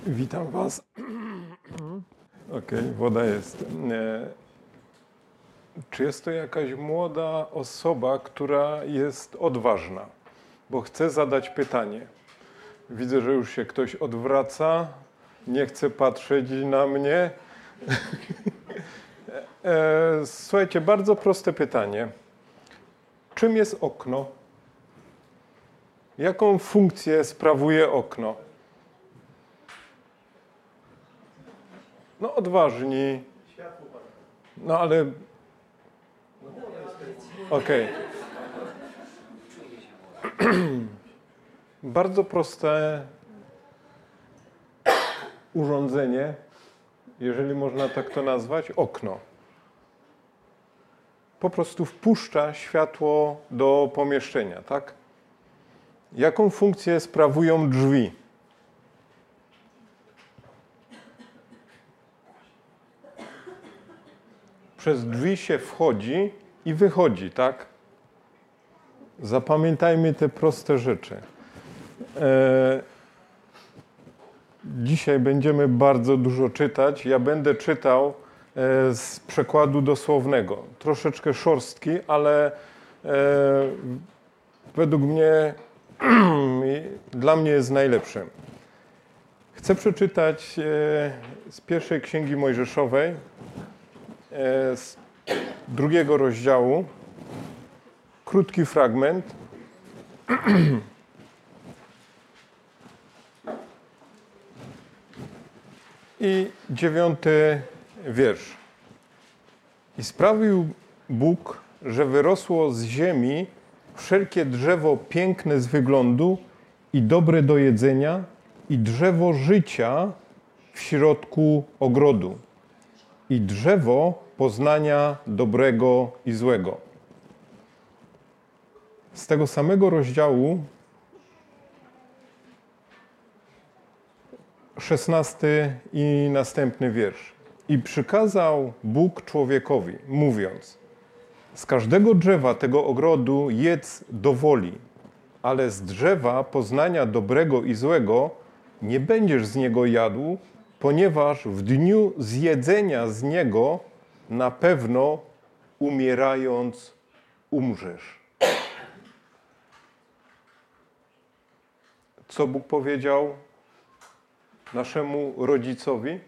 Witam Was. Okej, woda jest. Czy jest to jakaś młoda osoba, która jest odważna? Bo chce zadać pytanie. Widzę, że już się ktoś odwraca, nie chce patrzeć na mnie. Słuchajcie, bardzo proste pytanie. Czym jest okno? Jaką funkcję sprawuje okno? No odważni. No ale... Okej. Bardzo proste urządzenie, jeżeli można tak to nazwać, okno. Po prostu wpuszcza światło do pomieszczenia, tak? Jaką funkcję sprawują drzwi? Przez drzwi się wchodzi i wychodzi, tak? Zapamiętajmy te proste rzeczy. Dzisiaj będziemy bardzo dużo czytać. Ja będę czytał z przekładu dosłownego. Troszeczkę szorstki, ale według mnie, dla mnie jest najlepszy. Chcę przeczytać z pierwszej Księgi Mojżeszowej, z 2 rozdziału, krótki fragment. I 9 wiersz. I sprawił Bóg, że wyrosło z ziemi wszelkie drzewo piękne z wyglądu i dobre do jedzenia i drzewo życia w środku ogrodu i drzewo poznania dobrego i złego. Z tego samego rozdziału 16 i następny wiersz. I przykazał Bóg człowiekowi, mówiąc: z każdego drzewa tego ogrodu jedz do woli, ale z drzewa poznania dobrego i złego nie będziesz z niego jadł, ponieważ w dniu zjedzenia z niego na pewno umierając umrzesz. Co Bóg powiedział naszemu rodzicowi?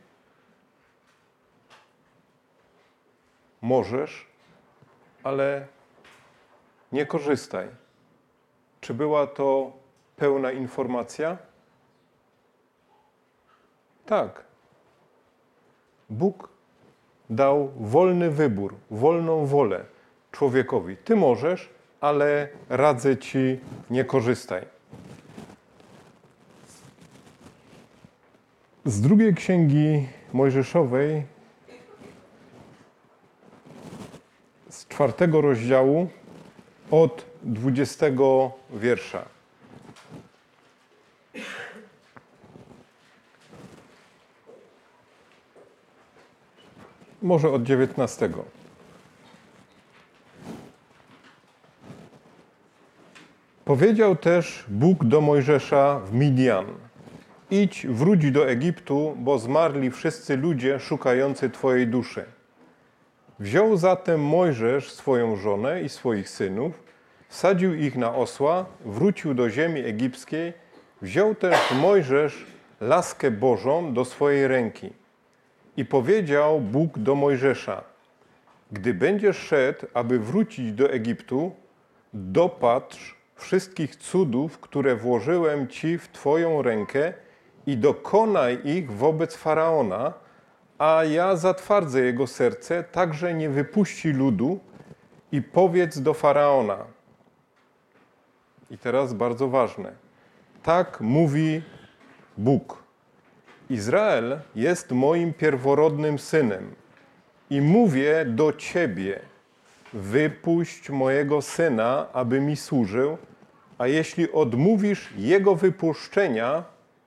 Możesz, ale nie korzystaj. Czy była to pełna informacja? Tak. Bóg dał wolny wybór, wolną wolę człowiekowi. Ty możesz, ale radzę ci, nie korzystaj. Z 2 Księgi Mojżeszowej, z 4 rozdziału, od 20 wiersza. Może od 19. Powiedział też Bóg do Mojżesza w Midian: idź, wróć do Egiptu, bo zmarli wszyscy ludzie szukający Twojej duszy. Wziął zatem Mojżesz swoją żonę i swoich synów, wsadził ich na osła, wrócił do ziemi egipskiej, wziął też Mojżesz laskę Bożą do swojej ręki. I powiedział Bóg do Mojżesza: gdy będziesz szedł, aby wrócić do Egiptu, dopatrz wszystkich cudów, które włożyłem Ci w Twoją rękę i dokonaj ich wobec Faraona, a ja zatwardzę jego serce, tak że nie wypuści ludu, i powiedz do Faraona. I teraz bardzo ważne. Tak mówi Bóg. Izrael jest moim pierworodnym synem i mówię do Ciebie: wypuść mojego syna, aby mi służył, a jeśli odmówisz jego wypuszczenia,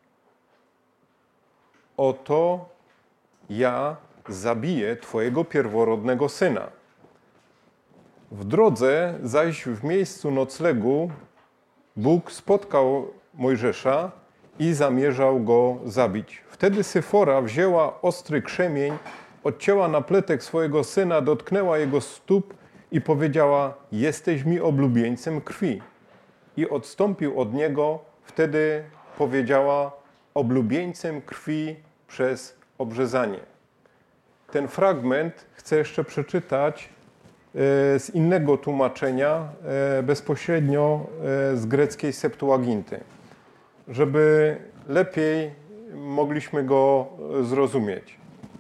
oto ja zabiję Twojego pierworodnego syna. W drodze zaś w miejscu noclegu Bóg spotkał Mojżesza i zamierzał go zabić. Wtedy Syfora wzięła ostry krzemień, odcięła napletek swojego syna, dotknęła jego stóp i powiedziała: jesteś mi oblubieńcem krwi. I odstąpił od niego. Wtedy powiedziała: oblubieńcem krwi przez obrzezanie. Ten fragment chcę jeszcze przeczytać z innego tłumaczenia, bezpośrednio z greckiej Septuaginty, żeby lepiej mogliśmy go zrozumieć.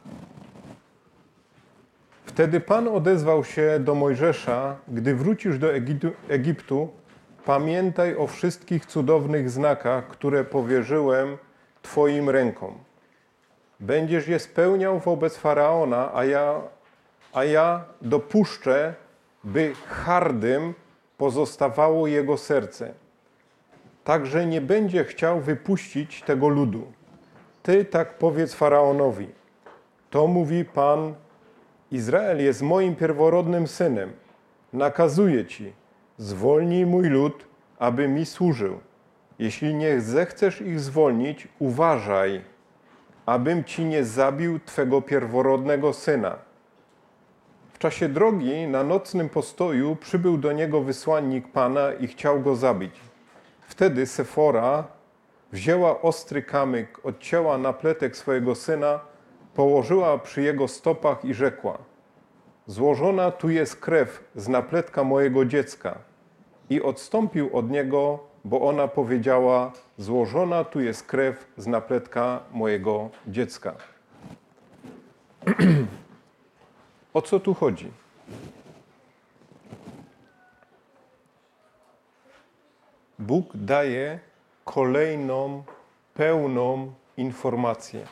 Wtedy Pan odezwał się do Mojżesza: gdy wrócisz do Egiptu, pamiętaj o wszystkich cudownych znakach, które powierzyłem Twoim rękom. Będziesz je spełniał wobec Faraona, a ja dopuszczę, by hardym pozostawało jego serce. Także nie będzie chciał wypuścić tego ludu. Ty tak powiedz Faraonowi: to mówi Pan, Izrael jest moim pierworodnym synem. Nakazuję ci, zwolnij mój lud, aby mi służył. Jeśli nie zechcesz ich zwolnić, uważaj, abym ci nie zabił twego pierworodnego syna. W czasie drogi na nocnym postoju przybył do niego wysłannik Pana i chciał go zabić. Wtedy Syfora wzięła ostry kamyk, odcięła napletek swojego syna, położyła przy jego stopach i rzekła: złożona tu jest krew z napletka mojego dziecka. I odstąpił od niego, bo ona powiedziała: złożona tu jest krew z napletka mojego dziecka. O co tu chodzi? Bóg daje kolejną, pełną informację.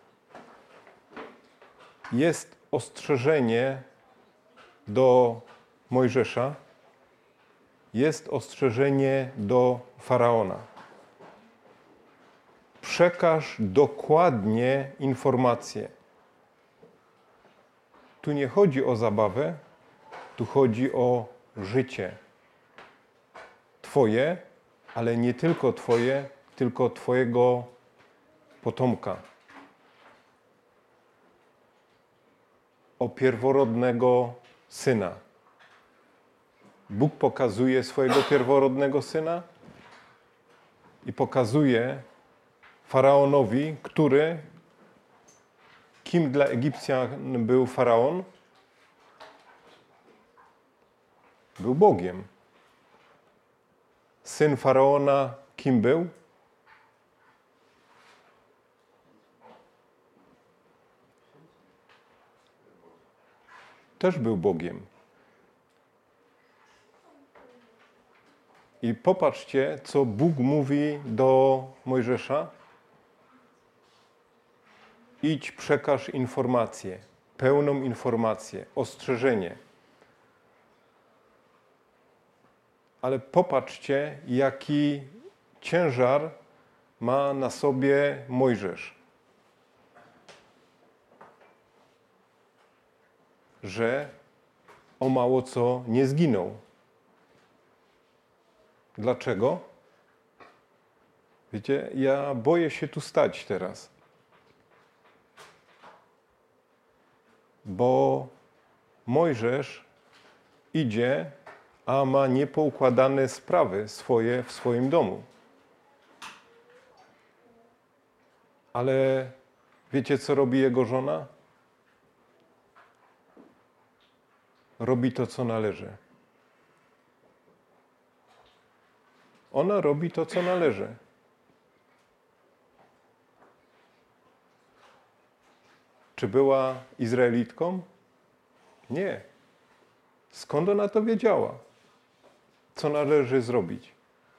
Jest ostrzeżenie do Mojżesza, jest ostrzeżenie do Faraona. Przekaż dokładnie informacje. Tu nie chodzi o zabawę, tu chodzi o życie. Twoje, ale nie tylko Twoje, tylko Twojego potomka. O pierworodnego syna. Bóg pokazuje swojego pierworodnego syna i pokazuje Faraonowi, kim dla Egipcjan był Faraon? Był Bogiem. Syn Faraona kim był? Też był Bogiem. I popatrzcie, co Bóg mówi do Mojżesza. Idź, przekaż informację, pełną informację, ostrzeżenie. Ale popatrzcie, jaki ciężar ma na sobie Mojżesz. Że o mało co nie zginął. Dlaczego? Wiecie, ja boję się tu stać teraz. Bo Mojżesz idzie, a ma niepoukładane sprawy swoje w swoim domu. Ale wiecie, co robi jego żona? Robi to, co należy. Ona robi to, co należy. Czy była Izraelitką? Nie. Skąd ona to wiedziała? Co należy zrobić?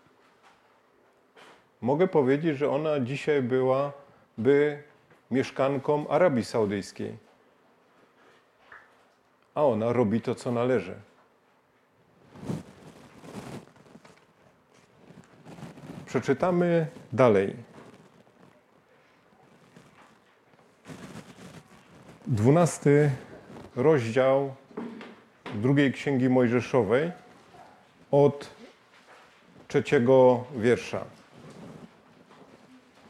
Mogę powiedzieć, że ona dzisiaj byłaby mieszkanką Arabii Saudyjskiej. A ona robi to, co należy. Przeczytamy dalej. 12 rozdział drugiej Księgi Mojżeszowej od 3 wiersza.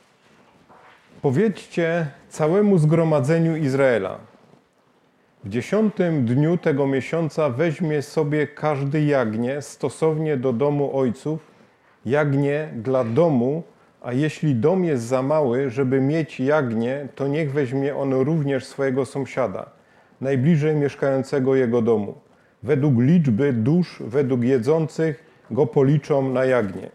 Powiedzcie całemu zgromadzeniu Izraela. W 10. dniu tego miesiąca weźmie sobie każdy jagnię stosownie do domu ojców, jagnię dla domu, a jeśli dom jest za mały, żeby mieć jagnię, to niech weźmie on również swojego sąsiada, najbliżej mieszkającego jego domu. Według liczby dusz, według jedzących go policzą na jagnię.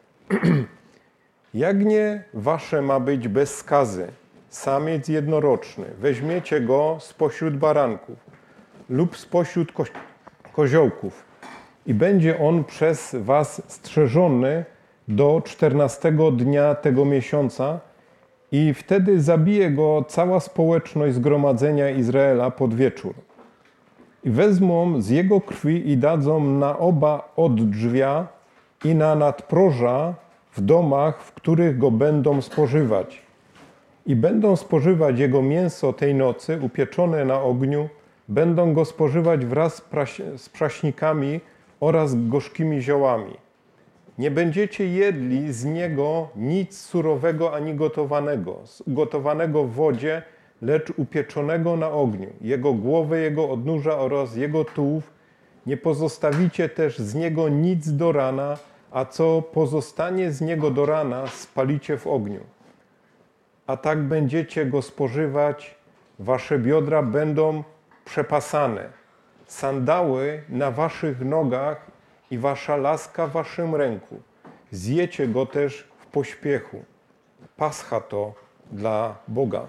Jagnię wasze ma być bez skazy, samiec jednoroczny. Weźmiecie go spośród baranków lub spośród koziołków i będzie on przez was strzeżony do 14 dnia tego miesiąca i wtedy zabije go cała społeczność zgromadzenia Izraela pod wieczór. I wezmą z jego krwi i dadzą na oba oddrzwia i na nadproża w domach, w których go będą spożywać. I będą spożywać jego mięso tej nocy, upieczone na ogniu, będą go spożywać wraz z praśnikami oraz gorzkimi ziołami. Nie będziecie jedli z niego nic surowego ani gotowanego w wodzie, lecz upieczonego na ogniu. Jego głowę, jego odnóża oraz jego tułów. Nie pozostawicie też z niego nic do rana, a co pozostanie z niego do rana, spalicie w ogniu. A tak będziecie go spożywać, wasze biodra będą przepasane, sandały na waszych nogach i wasza laska w waszym ręku. Zjecie go też w pośpiechu. Pascha to dla Boga.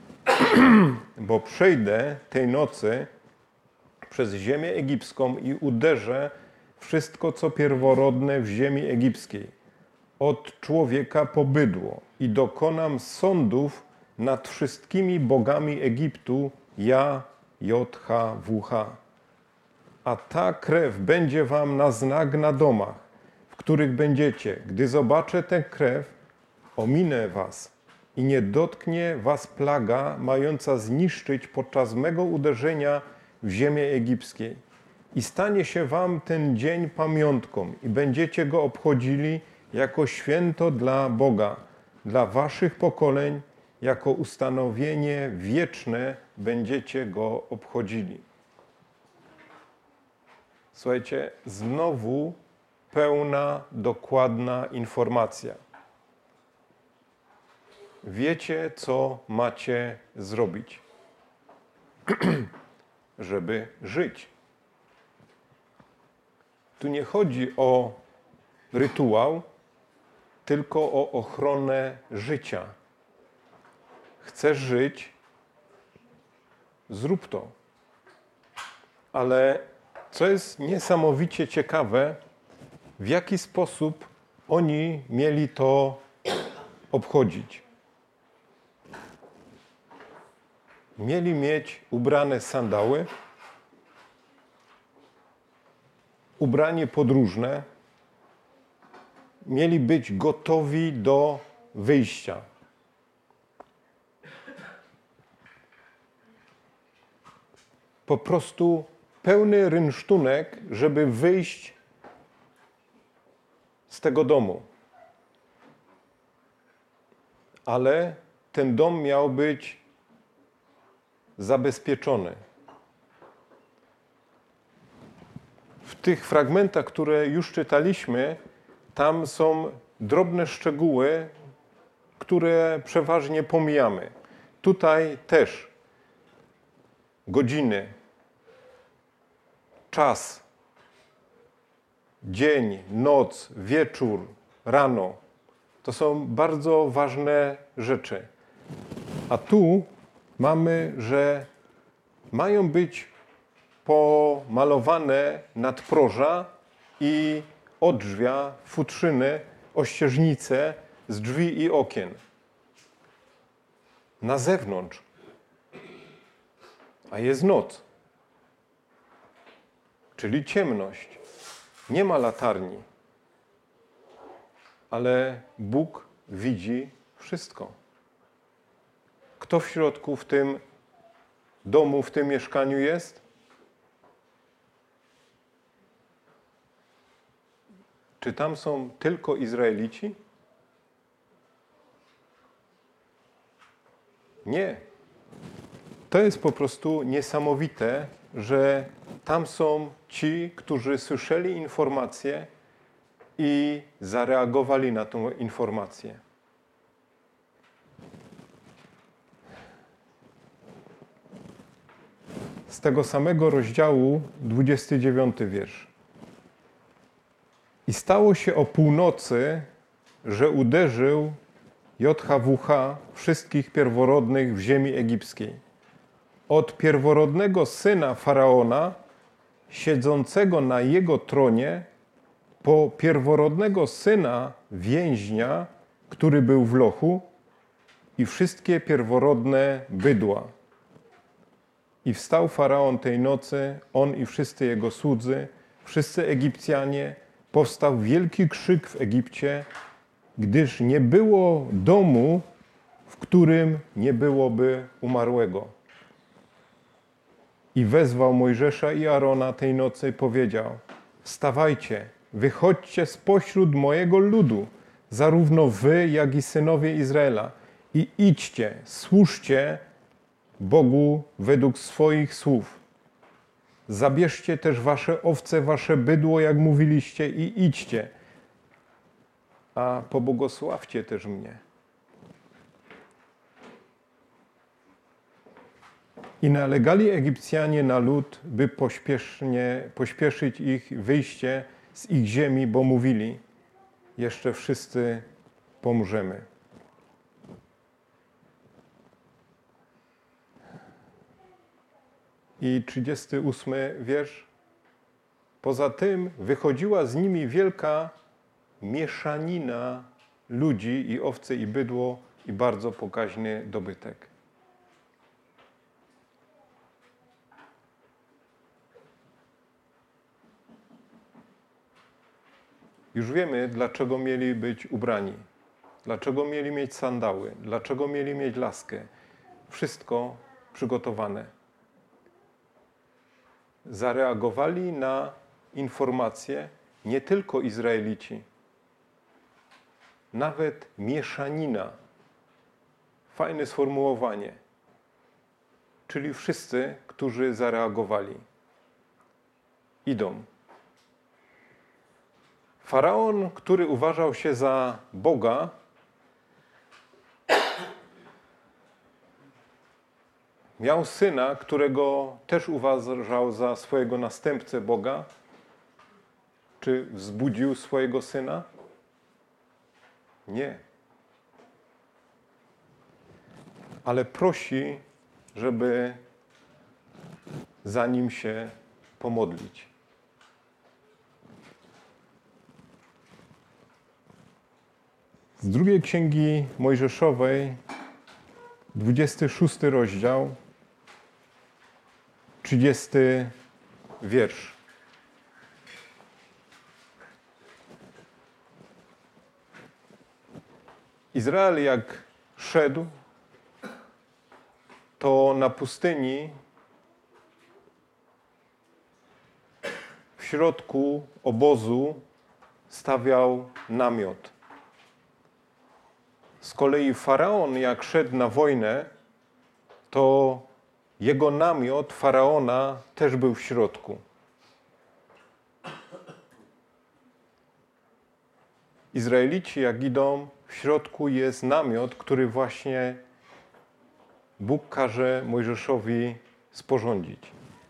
Bo przejdę tej nocy przez ziemię egipską i uderzę wszystko, co pierworodne w ziemi egipskiej, od człowieka po bydło, i dokonam sądów nad wszystkimi bogami Egiptu, ja, JHWH. A ta krew będzie wam na znak na domach, w których będziecie. Gdy zobaczę tę krew, ominę was i nie dotknie was plaga, mająca zniszczyć podczas mego uderzenia w ziemię egipskiej. I stanie się wam ten dzień pamiątką i będziecie go obchodzili jako święto dla Boga, dla waszych pokoleń, jako ustanowienie wieczne będziecie go obchodzili. Słuchajcie, znowu pełna, dokładna informacja. Wiecie, co macie zrobić, żeby żyć. Tu nie chodzi o rytuał, tylko o ochronę życia. Chcesz żyć? Zrób to. Ale co jest niesamowicie ciekawe, w jaki sposób oni mieli to obchodzić. Mieli mieć ubrane sandały, ubranie podróżne, mieli być gotowi do wyjścia. Po prostu pełny rynsztunek, żeby wyjść z tego domu. Ale ten dom miał być zabezpieczony. W tych fragmentach, które już czytaliśmy, tam są drobne szczegóły, które przeważnie pomijamy. Tutaj też godziny, czas, dzień, noc, wieczór, rano. To są bardzo ważne rzeczy. A tu mamy, że mają być pomalowane nadproża i odrzwia, futrzyny, ościeżnice z drzwi i okien. Na zewnątrz. A jest noc. Czyli ciemność. Nie ma latarni. Ale Bóg widzi wszystko. Kto w środku w tym domu, w tym mieszkaniu jest? Czy tam są tylko Izraelici? Nie. To jest po prostu niesamowite, że tam są ci, którzy słyszeli informację i zareagowali na tę informację. Z tego samego rozdziału 29 wiersz. I stało się o północy, że uderzył JHWH wszystkich pierworodnych w ziemi egipskiej. Od pierworodnego syna Faraona, siedzącego na jego tronie, po pierworodnego syna więźnia, który był w lochu, i wszystkie pierworodne bydła. I wstał Faraon tej nocy, on i wszyscy jego słudzy, wszyscy Egipcjanie. Powstał wielki krzyk w Egipcie, gdyż nie było domu, w którym nie byłoby umarłego. I wezwał Mojżesza i Arona tej nocy i powiedział: wstawajcie, wychodźcie spośród mojego ludu, zarówno wy, jak i synowie Izraela, i idźcie, służcie Bogu według swoich słów. Zabierzcie też wasze owce, wasze bydło, jak mówiliście, i idźcie, a pobłogosławcie też mnie. I nalegali Egipcjanie na lud, by pośpieszyć ich wyjście z ich ziemi, bo mówili: jeszcze wszyscy pomrzemy. I 38 wiersz. Poza tym wychodziła z nimi wielka mieszanina ludzi, i owce, i bydło, i bardzo pokaźny dobytek. Już wiemy, dlaczego mieli być ubrani, dlaczego mieli mieć sandały, dlaczego mieli mieć laskę. Wszystko przygotowane. Zareagowali na informacje nie tylko Izraelici, nawet mieszanina. Fajne sformułowanie. Czyli wszyscy, którzy zareagowali. Idą. Faraon, który uważał się za Boga, miał syna, którego też uważał za swojego następcę Boga. Czy wzbudził swojego syna? Nie. Ale prosi, żeby za nim się pomodlić. Z drugiej Księgi Mojżeszowej, 26 rozdział, 30 wiersz. Izrael jak szedł, to na pustyni w środku obozu stawiał namiot. Z kolei Faraon, jak szedł na wojnę, to jego namiot Faraona też był w środku. Izraelici, jak idą, w środku jest namiot, który właśnie Bóg każe Mojżeszowi sporządzić.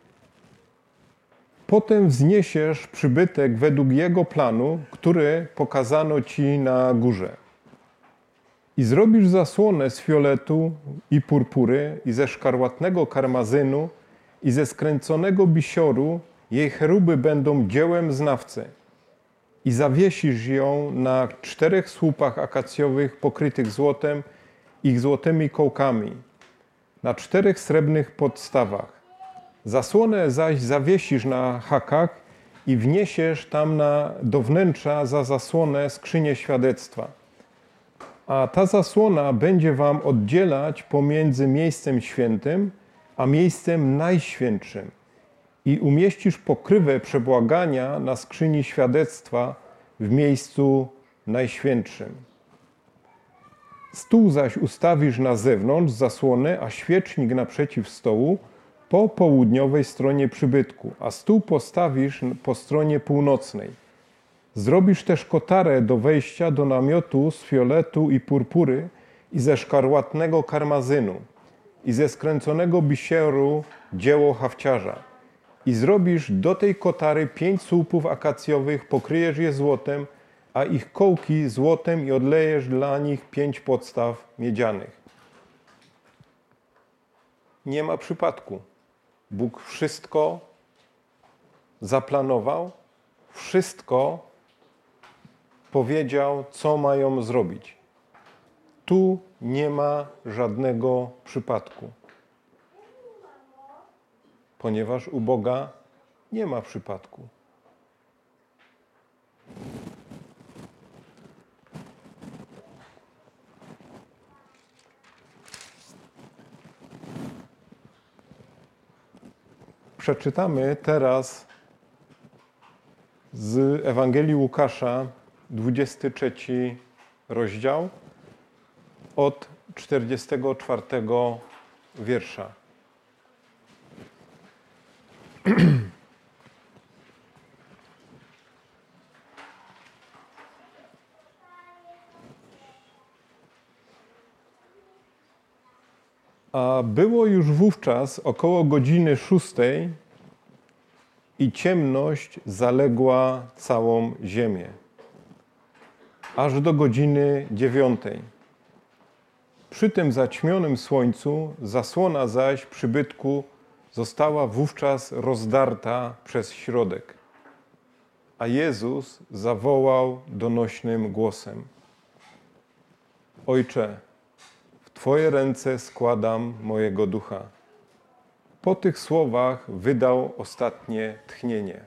Potem wzniesiesz przybytek według jego planu, który pokazano ci na górze. I zrobisz zasłonę z fioletu i purpury, i ze szkarłatnego karmazynu, i ze skręconego bisioru. Jej cheruby będą dziełem znawcy. I zawiesisz ją na 4 słupach akacjowych pokrytych złotem, ich złotymi kołkami, na 4 srebrnych podstawach. Zasłonę zaś zawiesisz na hakach i wniesiesz tam do wnętrza za zasłonę skrzynię świadectwa. A ta zasłona będzie wam oddzielać pomiędzy miejscem świętym a miejscem najświętszym. I umieścisz pokrywę przebłagania na skrzyni świadectwa w miejscu najświętszym. Stół zaś ustawisz na zewnątrz zasłonę, a świecznik naprzeciw stołu po południowej stronie przybytku, a stół postawisz po stronie północnej. Zrobisz też kotarę do wejścia do namiotu z fioletu i purpury i ze szkarłatnego karmazynu i ze skręconego bisieru dzieło hafciarza. I zrobisz do tej kotary 5 słupów akacjowych, pokryjesz je złotem, a ich kołki złotem i odlejesz dla nich 5 podstaw miedzianych. Nie ma przypadku. Bóg wszystko zaplanował, wszystko powiedział, co mają zrobić. Tu nie ma żadnego przypadku. Ponieważ u Boga nie ma przypadku. Przeczytamy teraz z Ewangelii Łukasza, 23 rozdział, od 44 wiersza. A było już wówczas około godziny 6 i ciemność zaległa całą ziemię, aż do godziny 9. Przy tym zaćmionym słońcu zasłona zaś przybytku została wówczas rozdarta przez środek. A Jezus zawołał donośnym głosem: Ojcze, w Twoje ręce składam mojego ducha. Po tych słowach wydał ostatnie tchnienie.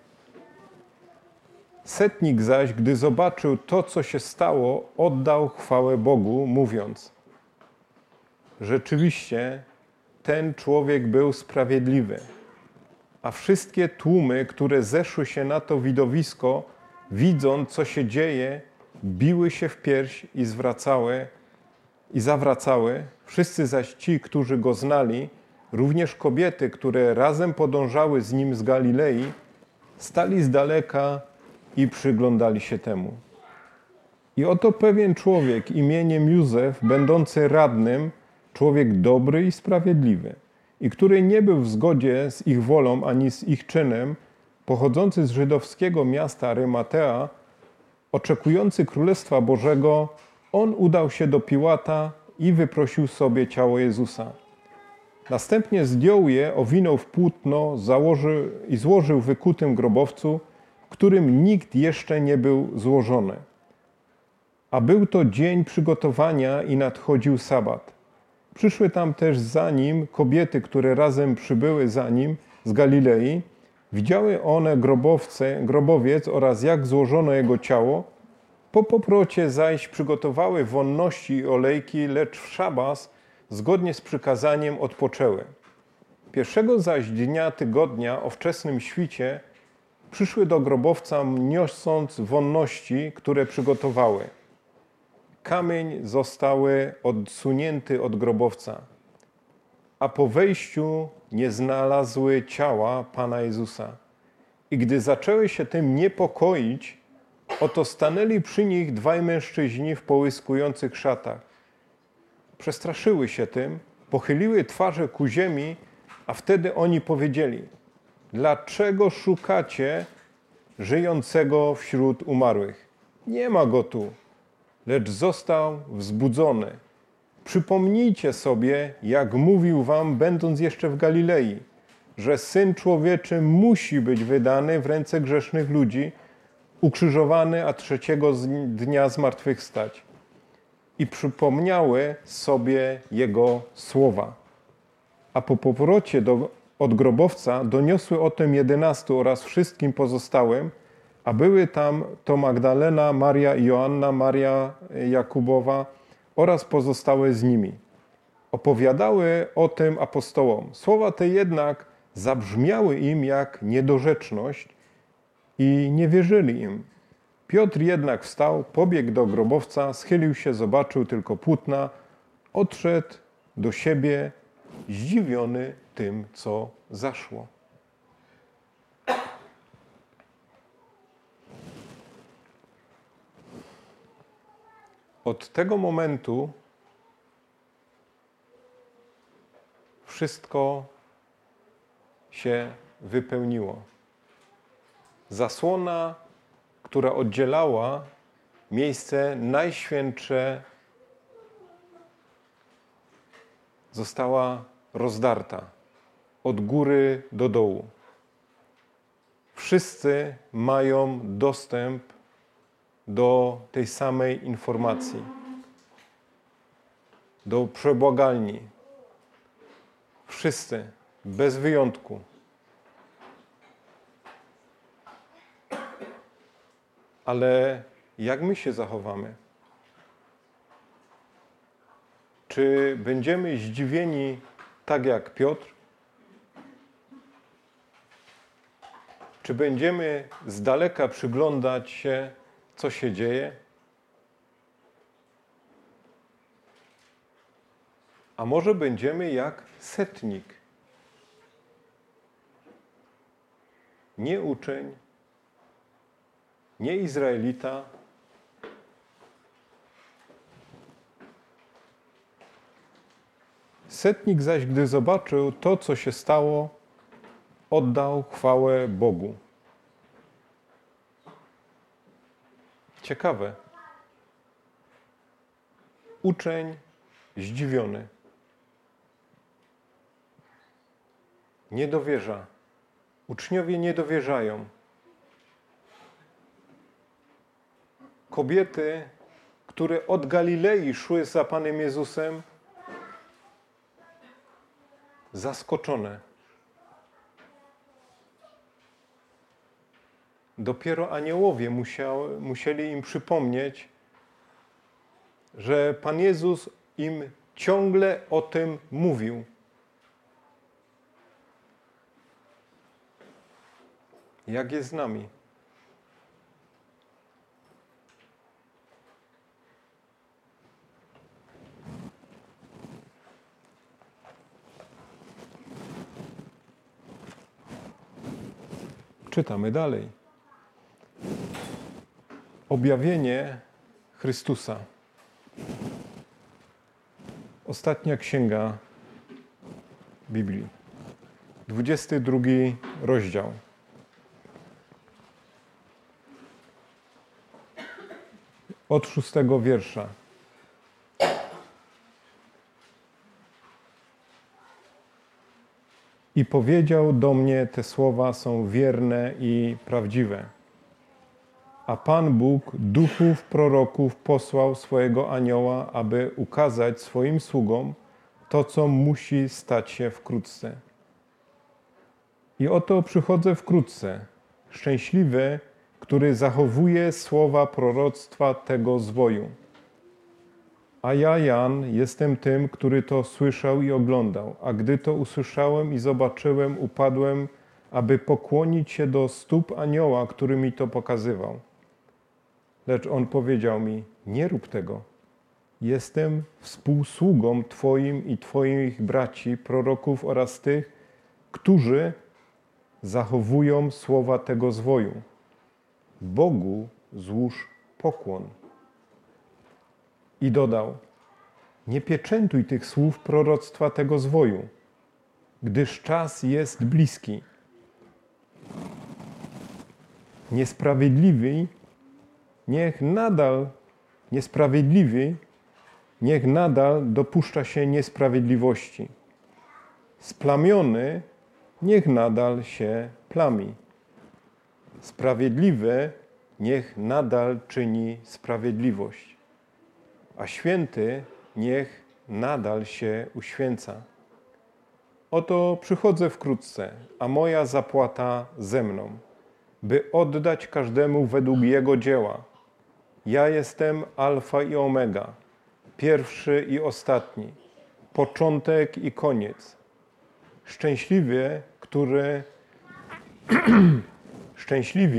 Setnik zaś, gdy zobaczył to, co się stało, oddał chwałę Bogu, mówiąc: Rzeczywiście ten człowiek był sprawiedliwy. A wszystkie tłumy, które zeszły się na to widowisko, widząc, co się dzieje, biły się w pierś i zawracały. Wszyscy zaś ci, którzy go znali, również kobiety, które razem podążały z nim z Galilei, stali z daleka i przyglądali się temu. I oto pewien człowiek imieniem Józef, będący radnym, człowiek dobry i sprawiedliwy, i który nie był w zgodzie z ich wolą ani z ich czynem, pochodzący z żydowskiego miasta Arymatea, oczekujący Królestwa Bożego, on udał się do Piłata i wyprosił sobie ciało Jezusa. Następnie zdjął je, owinął w płótno, złożył w wykutym grobowcu, w którym nikt jeszcze nie był złożony. A był to dzień przygotowania i nadchodził sabat. Przyszły tam też za nim kobiety, które razem przybyły za nim z Galilei. Widziały one grobowiec oraz jak złożono jego ciało. Po powrocie zaś przygotowały wonności i olejki, lecz w szabas, zgodnie z przykazaniem, odpoczęły. Pierwszego zaś dnia tygodnia o wczesnym świcie przyszły do grobowca, niosąc wonności, które przygotowały. Kamień został odsunięty od grobowca, a po wejściu nie znalazły ciała Pana Jezusa. I gdy zaczęły się tym niepokoić, oto stanęli przy nich 2 mężczyźni w połyskujących szatach. Przestraszyły się tym, pochyliły twarze ku ziemi, a wtedy oni powiedzieli: Dlaczego szukacie żyjącego wśród umarłych? Nie ma go tu, lecz został wzbudzony. Przypomnijcie sobie, jak mówił wam, będąc jeszcze w Galilei, że Syn Człowieczy musi być wydany w ręce grzesznych ludzi, ukrzyżowany, a 3. dnia zmartwychwstać. I przypomniały sobie Jego słowa. A po powrocie od grobowca doniosły o tym 11 oraz wszystkim pozostałym, a były tam to Magdalena, Maria i Joanna, Maria Jakubowa oraz pozostałe z nimi. Opowiadały o tym apostołom. Słowa te jednak zabrzmiały im jak niedorzeczność i nie wierzyli im. Piotr jednak wstał, pobiegł do grobowca, schylił się, zobaczył tylko płótna, odszedł do siebie, zdziwiony tym, co zaszło. Od tego momentu wszystko się wypełniło. Zasłona, która oddzielała miejsce najświętsze, została rozdarta od góry do dołu. Wszyscy mają dostęp do tej samej informacji, do przebłagalni. Wszyscy, bez wyjątku. Ale jak my się zachowamy? Czy będziemy zdziwieni tak jak Piotr? Czy będziemy z daleka przyglądać się, co się dzieje? A może będziemy jak setnik? Nie uczeń, nie Izraelita, setnik zaś, gdy zobaczył to, co się stało, oddał chwałę Bogu. Ciekawe. Uczeń zdziwiony. Nie dowierza. Uczniowie nie dowierzają. Kobiety, które od Galilei szły za Panem Jezusem, zaskoczone. Dopiero aniołowie musieli im przypomnieć, że Pan Jezus im ciągle o tym mówił. Jak jest z nami? Czytamy dalej. Objawienie Chrystusa. Ostatnia księga Biblii. 22 rozdział. Od 6 wiersza. I powiedział do mnie, te słowa są wierne i prawdziwe. A Pan Bóg duchów proroków posłał swojego anioła, aby ukazać swoim sługom to, co musi stać się wkrótce. I oto przychodzę wkrótce, szczęśliwy, który zachowuje słowa proroctwa tego zwoju. A ja, Jan, jestem tym, który to słyszał i oglądał. A gdy to usłyszałem i zobaczyłem, upadłem, aby pokłonić się do stóp anioła, który mi to pokazywał. Lecz on powiedział mi, nie rób tego. Jestem współsługą Twoim i Twoich braci, proroków oraz tych, którzy zachowują słowa tego zwoju. Bogu złóż pokłon. I dodał, nie pieczętuj tych słów proroctwa tego zwoju, gdyż czas jest bliski. Niesprawiedliwy niech nadal dopuszcza się niesprawiedliwości. Splamiony niech nadal się plami. Sprawiedliwy niech nadal czyni sprawiedliwość. A święty niech nadal się uświęca. Oto przychodzę wkrótce, a moja zapłata ze mną, by oddać każdemu według jego dzieła. Ja jestem Alfa i Omega, pierwszy i ostatni, początek i koniec. Szczęśliwi,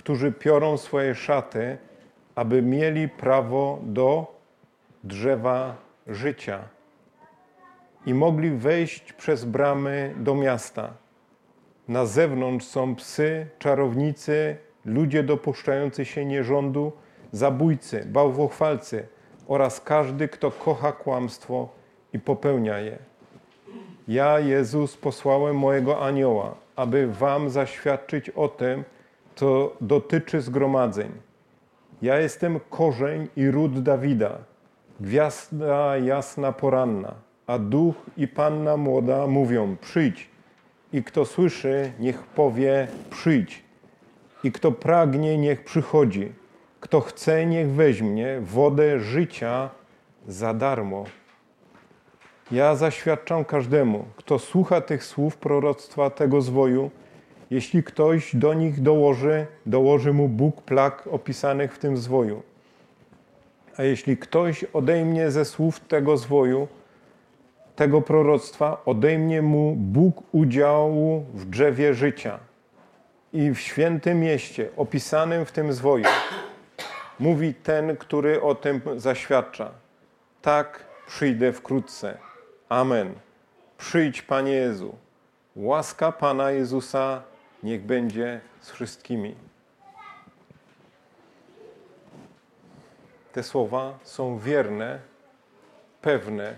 którzy piorą swoje szaty, aby mieli prawo do drzewa życia i mogli wejść przez bramy do miasta. Na zewnątrz są psy, czarownicy, ludzie dopuszczający się nierządu, zabójcy, bałwochwalcy oraz każdy, kto kocha kłamstwo i popełnia je. Ja, Jezus, posłałem mojego anioła, aby wam zaświadczyć o tym, co dotyczy zgromadzeń. Ja jestem korzeń i ród Dawida, gwiazda jasna poranna, a duch i panna młoda mówią: przyjdź. I kto słyszy, niech powie: przyjdź. I kto pragnie, niech przychodzi. Kto chce, niech weźmie wodę życia za darmo. Ja zaświadczam każdemu, kto słucha tych słów proroctwa tego zwoju, jeśli ktoś do nich dołoży mu Bóg plag opisanych w tym zwoju. A jeśli ktoś odejmie ze słów tego zwoju, tego proroctwa, odejmie mu Bóg udziału w drzewie życia i w świętym mieście opisanym w tym zwoju. Mówi ten, który o tym zaświadcza: tak, przyjdę wkrótce. Amen. Przyjdź, Panie Jezu. Łaska Pana Jezusa niech będzie z wszystkimi. Te słowa są wierne, pewne.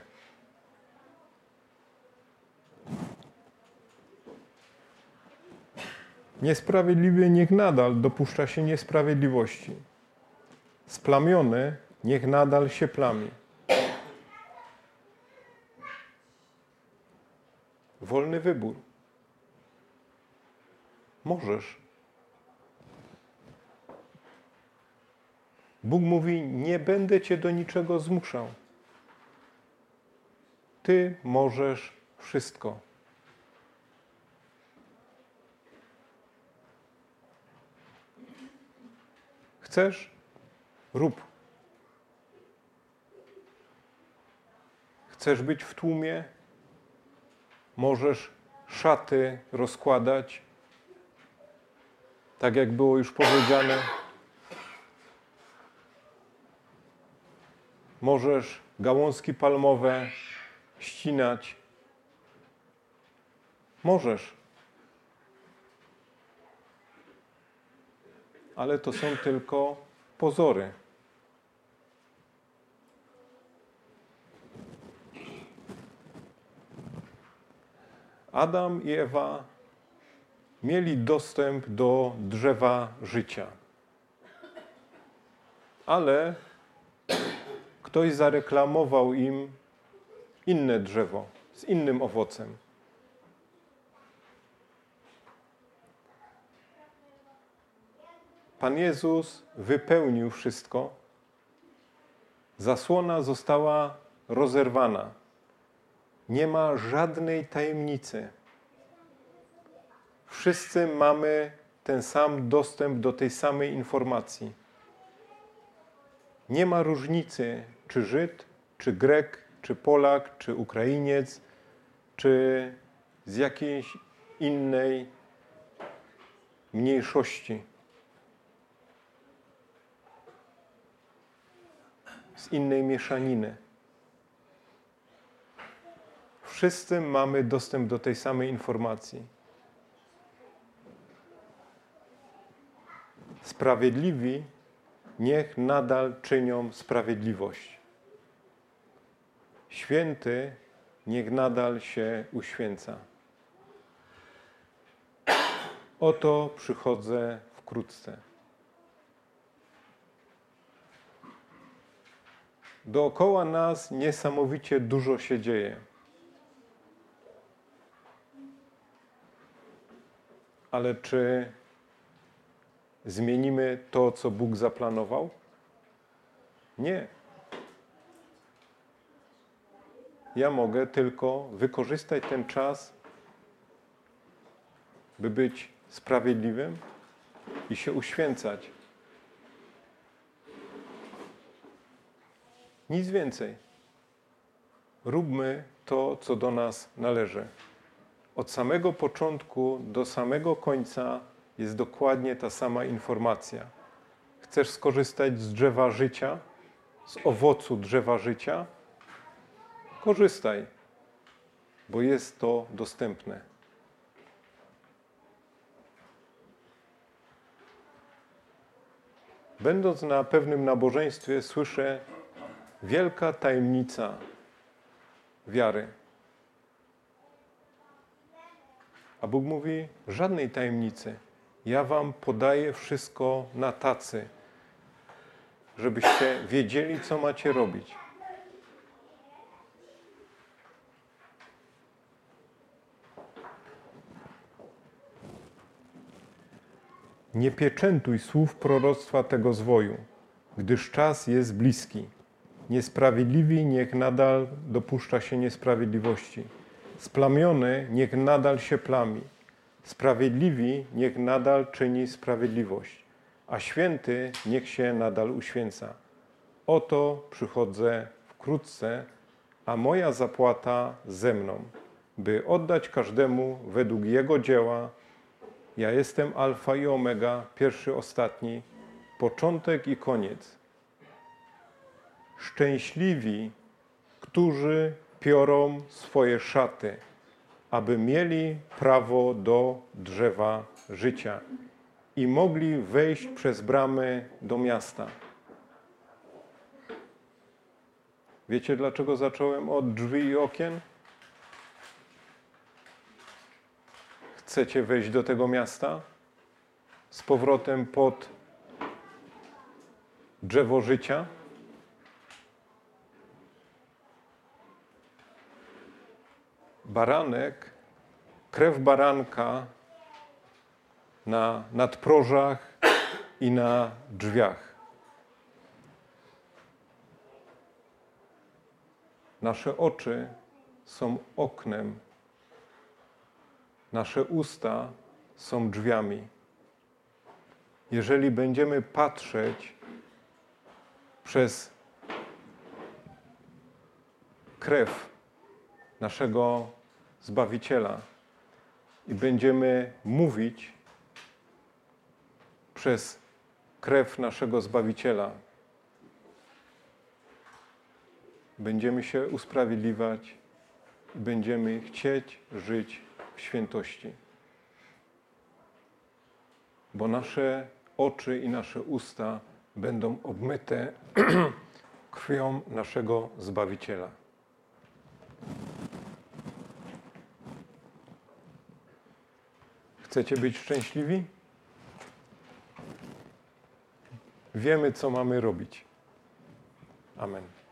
Niesprawiedliwy niech nadal dopuszcza się niesprawiedliwości. Splamiony niech nadal się plami. Wolny wybór. Możesz. Bóg mówi: nie będę cię do niczego zmuszał. Ty możesz wszystko. Chcesz? Rób. Chcesz być w tłumie? Możesz szaty rozkładać, tak jak było już powiedziane. Możesz gałązki palmowe ścinać. Możesz. Ale to są tylko pozory. Adam i Ewa mieli dostęp do drzewa życia. Ale ktoś zareklamował im inne drzewo z innym owocem. Pan Jezus wypełnił wszystko. Zasłona została rozerwana. Nie ma żadnej tajemnicy. Wszyscy mamy ten sam dostęp do tej samej informacji. Nie ma różnicy, czy Żyd, czy Grek, czy Polak, czy Ukrainiec, czy z jakiejś innej mniejszości. Z innej mieszaniny. Wszyscy mamy dostęp do tej samej informacji. Sprawiedliwi niech nadal czynią sprawiedliwość. Święty niech nadal się uświęca. Oto przychodzę wkrótce. Dookoła nas niesamowicie dużo się dzieje. Ale czy zmienimy to, co Bóg zaplanował? Nie. Ja mogę tylko wykorzystać ten czas, by być sprawiedliwym i się uświęcać. Nic więcej. Róbmy to, co do nas należy. Od samego początku do samego końca jest dokładnie ta sama informacja. Chcesz skorzystać z drzewa życia, z owocu drzewa życia? Korzystaj, bo jest to dostępne. Będąc na pewnym nabożeństwie, słyszę wielka tajemnica wiary. A Bóg mówi, żadnej tajemnicy. Ja wam podaję wszystko na tacy, żebyście wiedzieli, co macie robić. Nie pieczętuj słów proroctwa tego zwoju, gdyż czas jest bliski. Niesprawiedliwi niech nadal dopuszcza się niesprawiedliwości. Splamiony niech nadal się plami. Sprawiedliwi niech nadal czyni sprawiedliwość, a święty niech się nadal uświęca. Oto przychodzę wkrótce, a moja zapłata ze mną, by oddać każdemu według jego dzieła. Ja jestem Alfa i Omega, pierwszy, ostatni, początek i koniec. Szczęśliwi, którzy piorą swoje szaty, aby mieli prawo do drzewa życia i mogli wejść przez bramy do miasta. Wiecie, dlaczego zacząłem od drzwi i okien? Chcecie wejść do tego miasta? Z powrotem pod drzewo życia? Baranek, krew baranka na nadprożach i na drzwiach. Nasze oczy są oknem, nasze usta są drzwiami. Jeżeli będziemy patrzeć przez krew naszego Zbawiciela i będziemy mówić przez krew naszego Zbawiciela, będziemy się usprawiedliwiać i będziemy chcieć żyć w świętości. Bo nasze oczy i nasze usta będą obmyte krwią naszego Zbawiciela. Chcecie być szczęśliwi? Wiemy, co mamy robić. Amen.